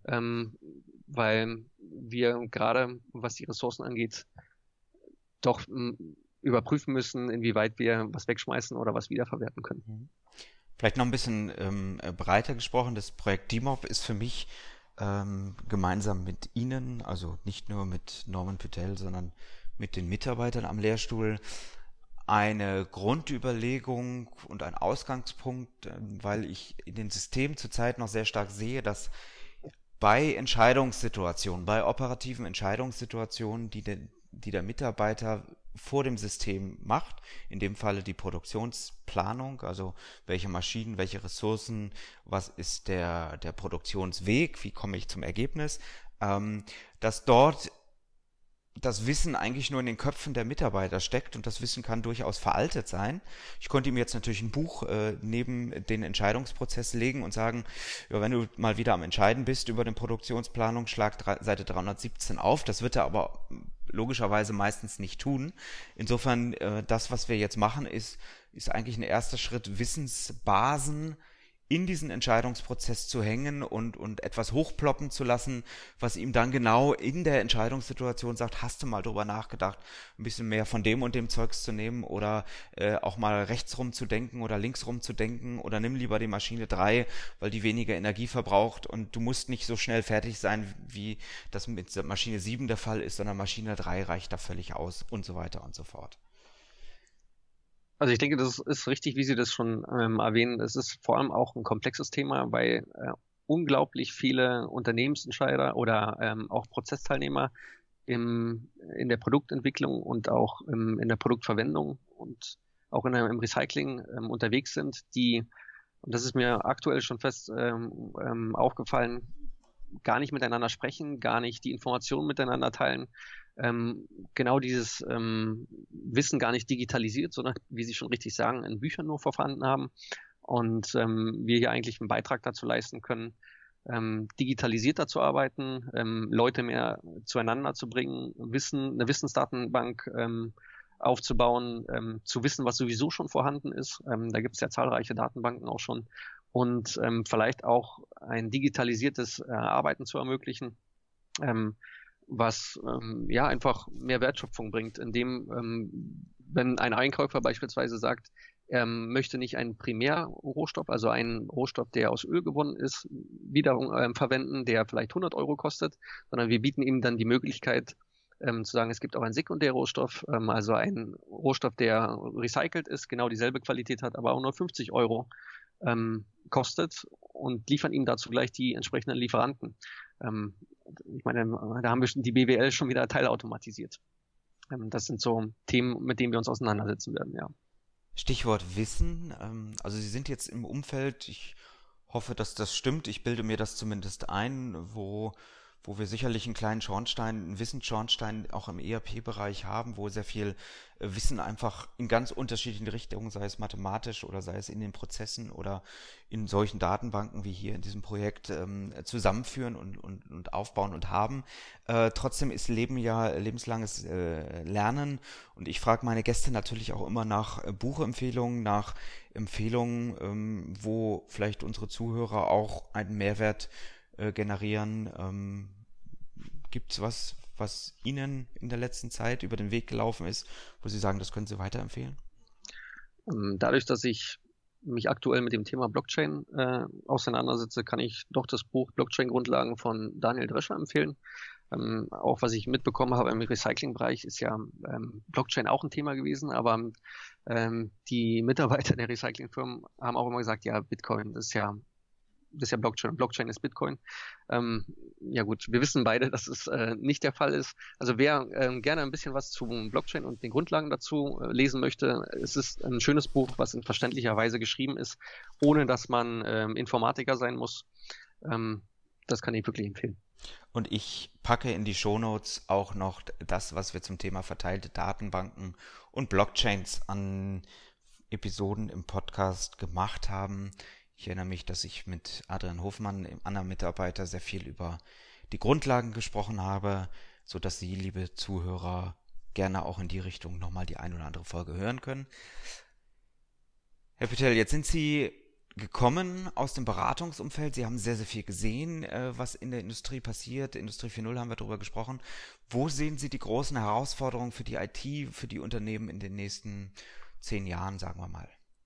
weil wir gerade, was die Ressourcen angeht, doch überprüfen müssen, inwieweit wir was wegschmeißen oder was wiederverwerten können. Vielleicht noch ein bisschen breiter gesprochen, das Projekt DIMOP ist für mich gemeinsam mit Ihnen, also nicht nur mit Norman Pytel, sondern mit den Mitarbeitern am Lehrstuhl, eine Grundüberlegung und ein Ausgangspunkt, weil ich in den Systemen zurzeit noch sehr stark sehe, dass bei Entscheidungssituationen, bei operativen Entscheidungssituationen, die die der Mitarbeiter vor dem System macht, in dem Falle die Produktionsplanung, also welche Maschinen, welche Ressourcen, was ist der Produktionsweg, wie komme ich zum Ergebnis, dass dort das Wissen eigentlich nur in den Köpfen der Mitarbeiter steckt und das Wissen kann durchaus veraltet sein. Ich konnte ihm jetzt natürlich ein Buch neben den Entscheidungsprozess legen und sagen, ja, wenn du mal wieder am Entscheiden bist über den Produktionsplanung, schlag Seite 317 auf. Das wird er aber logischerweise meistens nicht tun. Insofern, das, was wir jetzt machen, ist eigentlich ein erster Schritt, Wissensbasen in diesen Entscheidungsprozess zu hängen und etwas hochploppen zu lassen, was ihm dann genau in der Entscheidungssituation sagt, hast du mal drüber nachgedacht, ein bisschen mehr von dem und dem Zeugs zu nehmen oder auch mal rechts rum zu denken oder links rum zu denken oder nimm lieber die Maschine 3, weil die weniger Energie verbraucht und du musst nicht so schnell fertig sein, wie das mit Maschine 7 der Fall ist, sondern Maschine 3 reicht da völlig aus und so weiter und so fort. Also ich denke, das ist richtig, wie Sie das schon erwähnen. Es ist vor allem auch ein komplexes Thema, weil unglaublich viele Unternehmensentscheider oder auch Prozessteilnehmer in der Produktentwicklung und auch in der Produktverwendung und auch im Recycling unterwegs sind, die, und das ist mir aktuell schon fest aufgefallen, gar nicht miteinander sprechen, gar nicht die Informationen miteinander teilen, genau dieses Wissen gar nicht digitalisiert, sondern, wie Sie schon richtig sagen, in Büchern nur vorhanden haben. Und wir hier eigentlich einen Beitrag dazu leisten können, digitalisierter zu arbeiten, Leute mehr zueinander zu bringen, eine Wissensdatenbank aufzubauen, zu wissen, was sowieso schon vorhanden ist. Da gibt es ja zahlreiche Datenbanken auch schon. Und vielleicht auch ein digitalisiertes Arbeiten zu ermöglichen, was ja einfach mehr Wertschöpfung bringt, indem, wenn ein Einkäufer beispielsweise sagt, er möchte nicht einen Primärrohstoff, also einen Rohstoff, der aus Öl gewonnen ist, wieder verwenden, der vielleicht 100 Euro kostet, sondern wir bieten ihm dann die Möglichkeit, zu sagen, es gibt auch einen Sekundärrohstoff, also einen Rohstoff, der recycelt ist, genau dieselbe Qualität hat, aber auch nur 50 Euro kostet und liefern ihm dazu gleich die entsprechenden Lieferanten. Ich meine, da haben wir die BWL schon wieder teilautomatisiert. Das sind so Themen, mit denen wir uns auseinandersetzen werden, ja. Stichwort Wissen. Also Sie sind jetzt im Umfeld, ich hoffe, dass das stimmt, ich bilde mir das zumindest ein, wo wir sicherlich einen kleinen Schornstein, einen Wissensschornstein auch im ERP-Bereich haben, wo sehr viel Wissen einfach in ganz unterschiedlichen Richtungen, sei es mathematisch oder sei es in den Prozessen oder in solchen Datenbanken wie hier in diesem Projekt zusammenführen und aufbauen und haben. Trotzdem ist Leben ja lebenslanges Lernen und ich frage meine Gäste natürlich auch immer nach Buchempfehlungen, nach Empfehlungen, wo vielleicht unsere Zuhörer auch einen Mehrwert generieren. Gibt es was Ihnen in der letzten Zeit über den Weg gelaufen ist, wo Sie sagen, das können Sie weiterempfehlen? Dadurch, dass ich mich aktuell mit dem Thema Blockchain auseinandersetze, kann ich doch das Buch Blockchain-Grundlagen von Daniel Drescher empfehlen. Auch was ich mitbekommen habe im Recyclingbereich, ist ja Blockchain auch ein Thema gewesen, aber die Mitarbeiter der Recyclingfirmen haben auch immer gesagt, ja, Bitcoin, das ist ja Blockchain. Blockchain ist Bitcoin. Ja gut, wir wissen beide, dass es nicht der Fall ist. Also wer gerne ein bisschen was zu Blockchain und den Grundlagen dazu lesen möchte, es ist ein schönes Buch, was in verständlicher Weise geschrieben ist, ohne dass man Informatiker sein muss. Das kann ich wirklich empfehlen. Und ich packe in die Shownotes auch noch das, was wir zum Thema verteilte Datenbanken und Blockchains an Episoden im Podcast gemacht haben. Ich erinnere mich, dass ich mit Adrian Hofmann, einem anderen Mitarbeiter, sehr viel über die Grundlagen gesprochen habe, sodass Sie, liebe Zuhörer, gerne auch in die Richtung nochmal die ein oder andere Folge hören können. Herr Püttel, jetzt sind Sie gekommen aus dem Beratungsumfeld. Sie haben sehr, sehr viel gesehen, was in der Industrie passiert. Industrie 4.0 haben wir darüber gesprochen. Wo sehen Sie die großen Herausforderungen für die IT, für die Unternehmen in den nächsten 10 Jahren, sagen wir mal?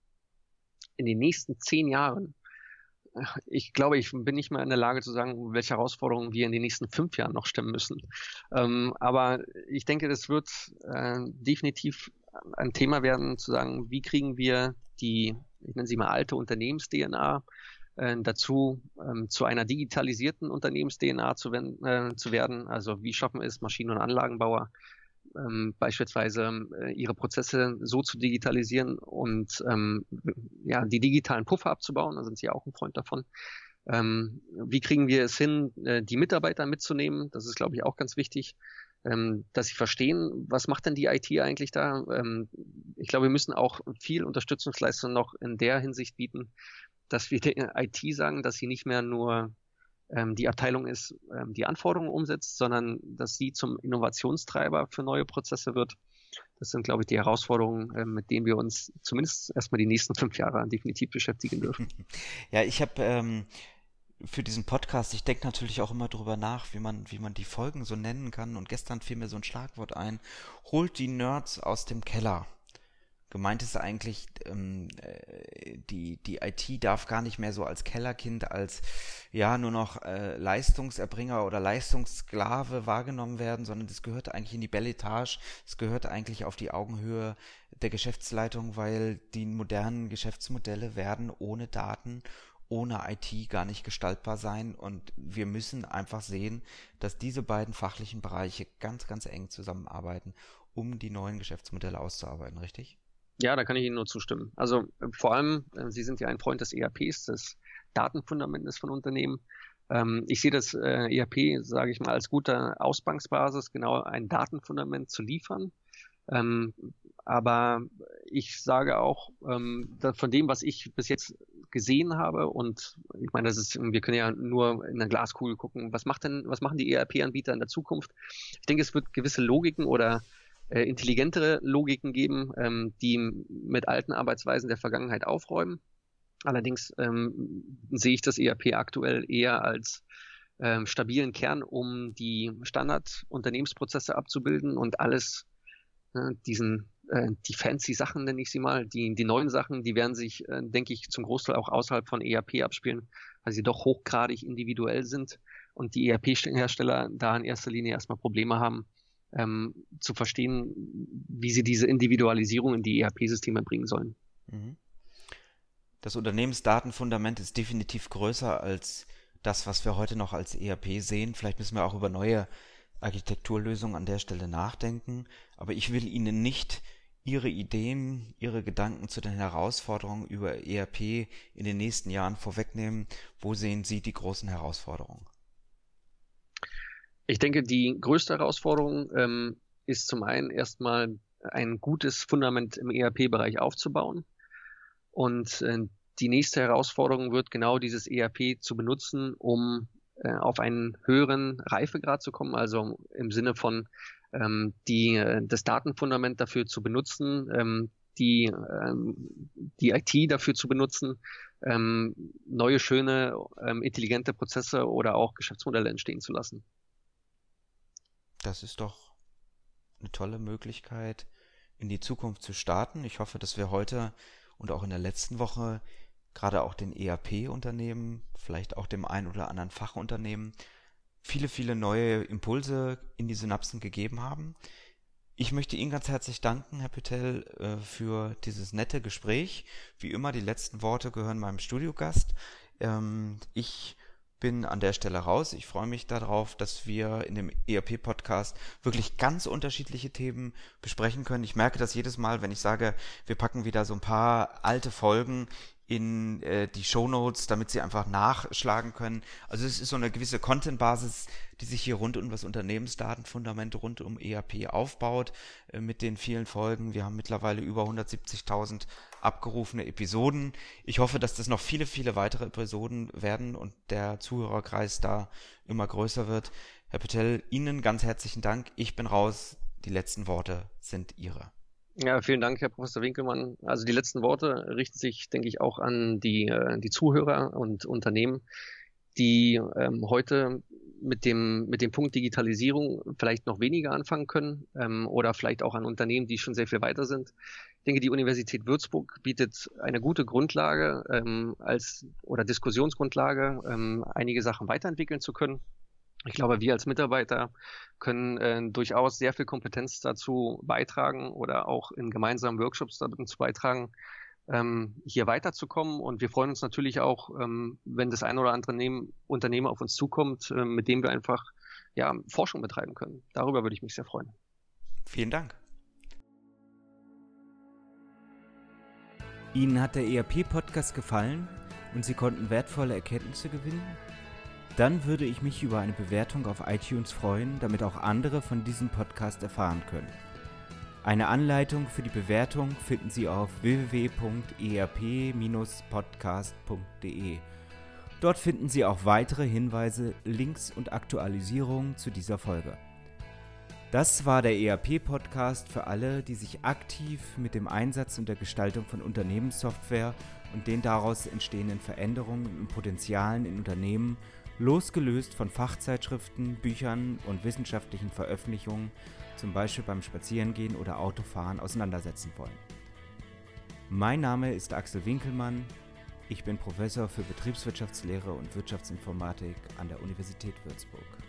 In den nächsten 10 Jahren. Ich glaube, ich bin nicht mehr in der Lage zu sagen, welche Herausforderungen wir in den nächsten 5 Jahren noch stemmen müssen. Aber ich denke, das wird definitiv ein Thema werden, zu sagen, wie kriegen wir die, ich nenne sie mal alte Unternehmens-DNA dazu, zu einer digitalisierten Unternehmens-DNA zu werden. Also wie schaffen es Maschinen- und Anlagenbauer, beispielsweise ihre Prozesse so zu digitalisieren und ja, die digitalen Puffer abzubauen. Da sind Sie auch ein Freund davon. Wie kriegen wir es hin, die Mitarbeiter mitzunehmen? Das ist, glaube ich, auch ganz wichtig, dass sie verstehen, was macht denn die IT eigentlich da? Ich glaube, wir müssen auch viel Unterstützungsleistung noch in der Hinsicht bieten, dass wir der IT sagen, dass sie nicht mehr nur die Abteilung ist, die Anforderungen umsetzt, sondern dass sie zum Innovationstreiber für neue Prozesse wird. Das sind, glaube ich, die Herausforderungen, mit denen wir uns zumindest erstmal die nächsten 5 Jahre definitiv beschäftigen dürfen. Ja, ich habe für diesen Podcast, ich denke natürlich auch immer drüber nach, wie man die Folgen so nennen kann. Und gestern fiel mir so ein Schlagwort ein: Holt die Nerds aus dem Keller. Gemeint ist eigentlich, die IT darf gar nicht mehr so als Kellerkind, als ja nur noch Leistungserbringer oder Leistungssklave wahrgenommen werden, sondern das gehört eigentlich in die Bel Etage, es gehört eigentlich auf die Augenhöhe der Geschäftsleitung, weil die modernen Geschäftsmodelle werden ohne Daten, ohne IT gar nicht gestaltbar sein, und wir müssen einfach sehen, dass diese beiden fachlichen Bereiche ganz, ganz eng zusammenarbeiten, um die neuen Geschäftsmodelle auszuarbeiten, richtig? Ja, da kann ich Ihnen nur zustimmen. Also vor allem, Sie sind ja ein Freund des ERPs, des Datenfundamentes von Unternehmen. Ich sehe das ERP, sage ich mal, als gute Ausgangsbasis, genau ein Datenfundament zu liefern. Aber ich sage auch, von dem, was ich bis jetzt gesehen habe, und ich meine, wir können ja nur in eine Glaskugel gucken, was machen die ERP-Anbieter in der Zukunft? Ich denke, es wird gewisse Logiken oder intelligentere Logiken geben, die mit alten Arbeitsweisen der Vergangenheit aufräumen. Allerdings sehe ich das ERP aktuell eher als stabilen Kern, um die Standard-Unternehmensprozesse abzubilden und alles, die fancy Sachen, nenne ich sie mal, die neuen Sachen, die werden sich, denke ich, zum Großteil auch außerhalb von ERP abspielen, weil sie doch hochgradig individuell sind und die ERP-Hersteller da in erster Linie erstmal Probleme haben, zu verstehen, wie sie diese Individualisierung in die ERP-Systeme bringen sollen. Mhm. Das Unternehmensdatenfundament ist definitiv größer als das, was wir heute noch als ERP sehen. Vielleicht müssen wir auch über neue Architekturlösungen an der Stelle nachdenken. Aber ich will Ihnen nicht Ihre Ideen, Ihre Gedanken zu den Herausforderungen über ERP in den nächsten Jahren vorwegnehmen. Wo sehen Sie die großen Herausforderungen? Ich denke, die größte Herausforderung ist zum einen erstmal ein gutes Fundament im ERP-Bereich aufzubauen. Und die nächste Herausforderung wird genau dieses ERP zu benutzen, um auf einen höheren Reifegrad zu kommen, also im Sinne von das Datenfundament dafür zu benutzen, die IT dafür zu benutzen, neue, schöne, intelligente Prozesse oder auch Geschäftsmodelle entstehen zu lassen. Das ist doch eine tolle Möglichkeit, in die Zukunft zu starten. Ich hoffe, dass wir heute und auch in der letzten Woche gerade auch den ERP-Unternehmen, vielleicht auch dem ein oder anderen Fachunternehmen, viele, viele neue Impulse in die Synapsen gegeben haben. Ich möchte Ihnen ganz herzlich danken, Herr Pyttel, für dieses nette Gespräch. Wie immer, die letzten Worte gehören meinem Studiogast. Ich bin an der Stelle raus. Ich freue mich darauf, dass wir in dem ERP-Podcast wirklich ganz unterschiedliche Themen besprechen können. Ich merke das jedes Mal, wenn ich sage, wir packen wieder so ein paar alte Folgen in die Shownotes, damit Sie einfach nachschlagen können. Also es ist so eine gewisse Content-Basis, die sich hier rund um das Unternehmensdatenfundament rund um ERP aufbaut, mit den vielen Folgen. Wir haben mittlerweile über 170.000 abgerufene Episoden. Ich hoffe, dass das noch viele, viele weitere Episoden werden und der Zuhörerkreis da immer größer wird. Herr Pyttel, Ihnen ganz herzlichen Dank. Ich bin raus. Die letzten Worte sind Ihre. Ja, vielen Dank, Herr Professor Winkelmann. Also die letzten Worte richten sich, denke ich, auch an die Zuhörer und Unternehmen, die heute mit dem Punkt Digitalisierung vielleicht noch weniger anfangen können oder vielleicht auch an Unternehmen, die schon sehr viel weiter sind. Ich denke, die Universität Würzburg bietet eine gute Grundlage oder Diskussionsgrundlage, einige Sachen weiterentwickeln zu können. Ich glaube, wir als Mitarbeiter können durchaus sehr viel Kompetenz dazu beitragen oder auch in gemeinsamen Workshops dazu beitragen, hier weiterzukommen. Und wir freuen uns natürlich auch, wenn das ein oder andere Unternehmen auf uns zukommt, mit dem wir einfach Forschung betreiben können. Darüber würde ich mich sehr freuen. Vielen Dank. Ihnen hat der ERP-Podcast gefallen und Sie konnten wertvolle Erkenntnisse gewinnen? Dann würde ich mich über eine Bewertung auf iTunes freuen, damit auch andere von diesem Podcast erfahren können. Eine Anleitung für die Bewertung finden Sie auf www.erp-podcast.de. Dort finden Sie auch weitere Hinweise, Links und Aktualisierungen zu dieser Folge. Das war der ERP-Podcast für alle, die sich aktiv mit dem Einsatz und der Gestaltung von Unternehmenssoftware und den daraus entstehenden Veränderungen und Potenzialen in Unternehmen, losgelöst von Fachzeitschriften, Büchern und wissenschaftlichen Veröffentlichungen, zum Beispiel beim Spazierengehen oder Autofahren, auseinandersetzen wollen. Mein Name ist Axel Winkelmann. Ich bin Professor für Betriebswirtschaftslehre und Wirtschaftsinformatik an der Universität Würzburg.